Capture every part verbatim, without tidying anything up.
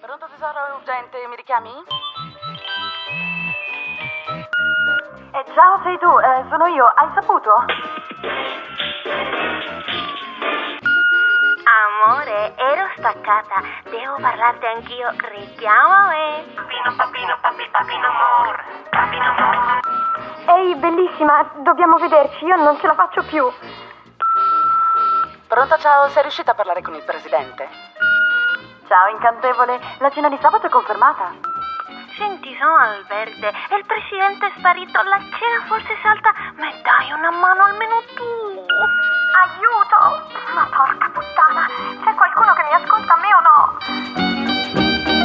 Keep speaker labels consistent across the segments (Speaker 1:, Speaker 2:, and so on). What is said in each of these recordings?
Speaker 1: Pronto tesoro, è urgente, mi richiami?
Speaker 2: Eh, ciao, sei tu, eh, sono io, hai saputo?
Speaker 3: Amore, ero staccata, devo parlarti anch'io, richiamami.
Speaker 4: Papino, papino, papi, papino amor, papino amor.
Speaker 2: Ehi, bellissima, dobbiamo vederci, io non ce la faccio più.
Speaker 1: Pronto, ciao, sei riuscita a parlare con il presidente?
Speaker 2: Ciao, incantevole, la cena di sabato è confermata.
Speaker 3: Senti, sono al verde e il presidente è sparito, la cena forse salta, ma dai una mano almeno tu.
Speaker 2: Aiuto! Ma porca puttana, c'è qualcuno che mi ascolta a me o no?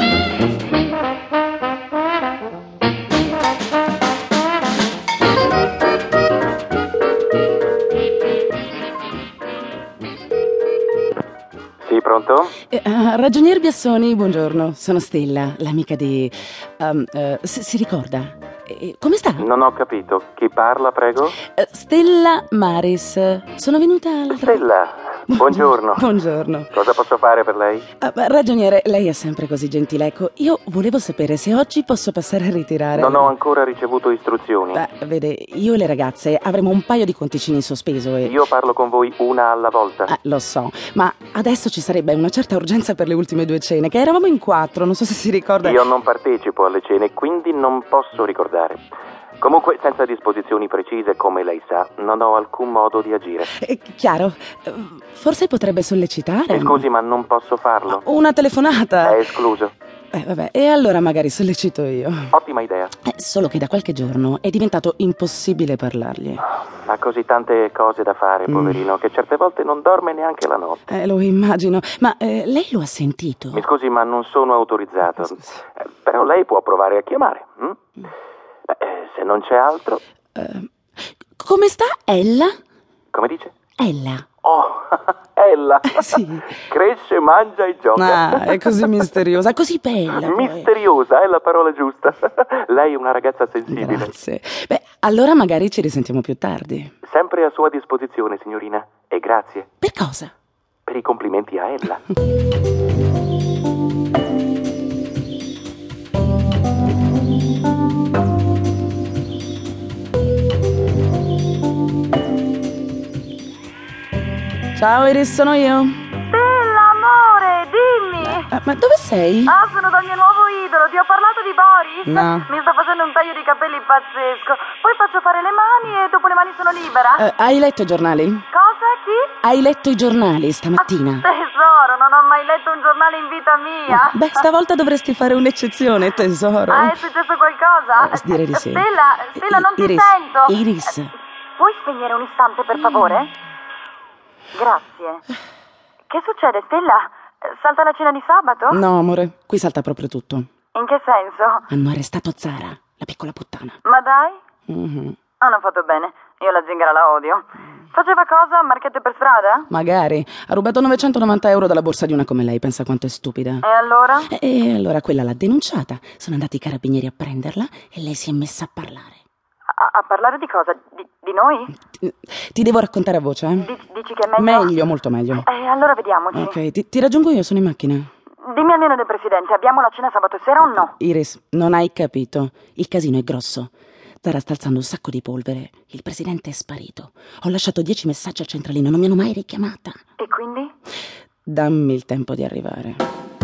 Speaker 5: Sì, pronto?
Speaker 1: Eh, uh, Ragionier Biassoni, buongiorno, sono Stella, l'amica di... Um, uh, si, si ricorda? Eh, come sta?
Speaker 5: Non ho capito. Chi parla, prego?
Speaker 1: Uh, Stella Maris, sono venuta l'altra...
Speaker 5: Stella, buongiorno.
Speaker 1: Buongiorno.
Speaker 5: Cosa posso fare per lei?
Speaker 1: Uh, ragioniere, lei è sempre così gentile, ecco, io volevo sapere se oggi posso passare a ritirare...
Speaker 5: Non ho ancora ricevuto istruzioni.
Speaker 1: Beh, vede, io e le ragazze avremo un paio di conticini in sospeso e...
Speaker 5: Io parlo con voi una alla volta.
Speaker 1: Ah, lo so, ma adesso ci sarebbe una certa urgenza per le ultime due cene, che eravamo in quattro, non so se si ricorda...
Speaker 5: Io non partecipo alle cene, quindi non posso ricordare. Comunque, senza disposizioni precise, come lei sa, non ho alcun modo di agire.
Speaker 1: Eh, chiaro, eh, forse potrebbe sollecitare...
Speaker 5: Mi scusi, ma non posso farlo.
Speaker 1: Una telefonata...
Speaker 5: È escluso.
Speaker 1: Eh, vabbè, e allora magari sollecito io.
Speaker 5: Ottima idea.
Speaker 1: Eh, solo che da qualche giorno è diventato impossibile parlargli.
Speaker 5: Ha così tante cose da fare,
Speaker 1: Mm.
Speaker 5: poverino, che certe volte non dorme neanche la notte.
Speaker 1: Eh, lo immagino, ma eh, lei lo ha sentito?
Speaker 5: Mi scusi, ma non sono autorizzato.
Speaker 1: Scusi.
Speaker 5: Eh, però lei può provare a chiamare. hm? Eh, se non c'è altro...
Speaker 1: Eh, come sta Ella?
Speaker 5: Come dice?
Speaker 1: Ella.
Speaker 5: Oh, Ella.
Speaker 1: Sì.
Speaker 5: Cresce, mangia e gioca.
Speaker 1: Ah, è così misteriosa, così bella. poi.
Speaker 5: Misteriosa, è la parola giusta. Lei è una ragazza sensibile.
Speaker 1: Grazie. Beh, allora magari ci risentiamo più tardi.
Speaker 5: Sempre a sua disposizione, signorina. E grazie
Speaker 1: Per cosa?
Speaker 5: per i complimenti a Ella.
Speaker 1: Ciao Iris, sono io.
Speaker 2: Stella, amore, dimmi!
Speaker 1: Ah, ma dove sei?
Speaker 2: Ah, sono dal mio nuovo idolo, ti ho parlato di Boris?
Speaker 1: No.
Speaker 2: Mi sta facendo un taglio di capelli pazzesco. Poi faccio fare le mani e dopo le mani sono libera.
Speaker 1: Eh, hai letto i giornali?
Speaker 2: Cosa? Chi?
Speaker 1: Hai letto i giornali stamattina?
Speaker 2: Tesoro, non ho mai letto un giornale in vita mia.
Speaker 1: Beh, stavolta dovresti fare un'eccezione, tesoro.
Speaker 2: Ah, è successo qualcosa?
Speaker 1: Eh, direi di sì.
Speaker 2: Stella, Stella, non ti
Speaker 1: Iris,
Speaker 2: sento.
Speaker 1: Iris.
Speaker 2: Puoi spegnere un istante, per favore? Grazie. Che succede, Stella? Salta la cena di sabato?
Speaker 1: No, amore, qui salta proprio tutto.
Speaker 2: In che senso?
Speaker 1: Hanno arrestato Zara, la piccola puttana.
Speaker 2: Ma dai?
Speaker 1: Mhm.
Speaker 2: Hanno fatto bene. Io la zingara la odio. Faceva cosa? Marchette per strada?
Speaker 1: Magari. Ha rubato novecentonovanta euro dalla borsa di una come lei, pensa quanto è stupida.
Speaker 2: E allora?
Speaker 1: E allora quella l'ha denunciata. Sono andati i carabinieri a prenderla e lei si è messa a parlare.
Speaker 2: A, a parlare di cosa? Di, di noi?
Speaker 1: Ti, ti devo raccontare a voce, eh?
Speaker 2: Dici, dici che è meglio?
Speaker 1: Meglio, molto meglio.
Speaker 2: Eh, allora vediamoci.
Speaker 1: Ok, ti, ti raggiungo io, sono in macchina.
Speaker 2: Dimmi almeno del presidente, abbiamo la cena sabato sera o no?
Speaker 1: Iris, non hai capito. Il casino è grosso. Zara sta alzando un sacco di polvere. Il presidente è sparito. Ho lasciato dieci messaggi al centralino, non mi hanno mai richiamata.
Speaker 2: E quindi?
Speaker 1: Dammi il tempo di arrivare.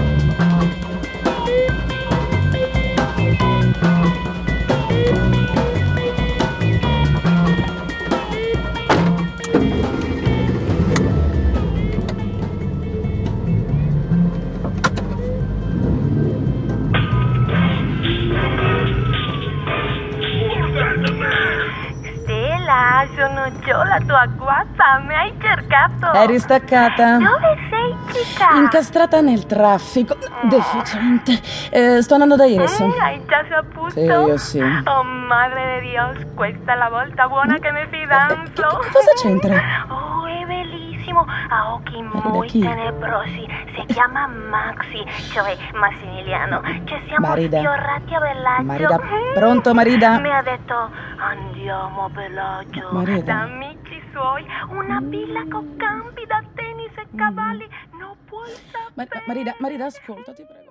Speaker 3: Stella, sono io la tua guapa, mi hai cercato.
Speaker 1: Eri staccata?
Speaker 3: Dove sei, città?
Speaker 1: Incastrata nel traffico. Deficiente. Eh, sto andando da Iris.
Speaker 3: Eh, hai già saputo?
Speaker 1: Sì, io sì.
Speaker 3: Oh, madre di Dios, questa è la volta buona che mi fidanzo.
Speaker 1: Che- che cosa c'entra?
Speaker 3: Oh, è bellissimo, ha occhi
Speaker 1: da
Speaker 3: molto
Speaker 1: chi?
Speaker 3: tenebrosi, si chiama Maxi, cioè Massimiliano. Ci siamo
Speaker 1: Marida.
Speaker 3: sfiorati a Bellagio.
Speaker 1: Marida, pronto, Marida?
Speaker 3: Mi ha detto, andiamo a Bellagio,
Speaker 1: Marida.
Speaker 3: da amici suoi, una villa con campi da tennis e cavalli, non puoi sapere.
Speaker 1: Ma- Marida, Marida, ascolta, ti prego.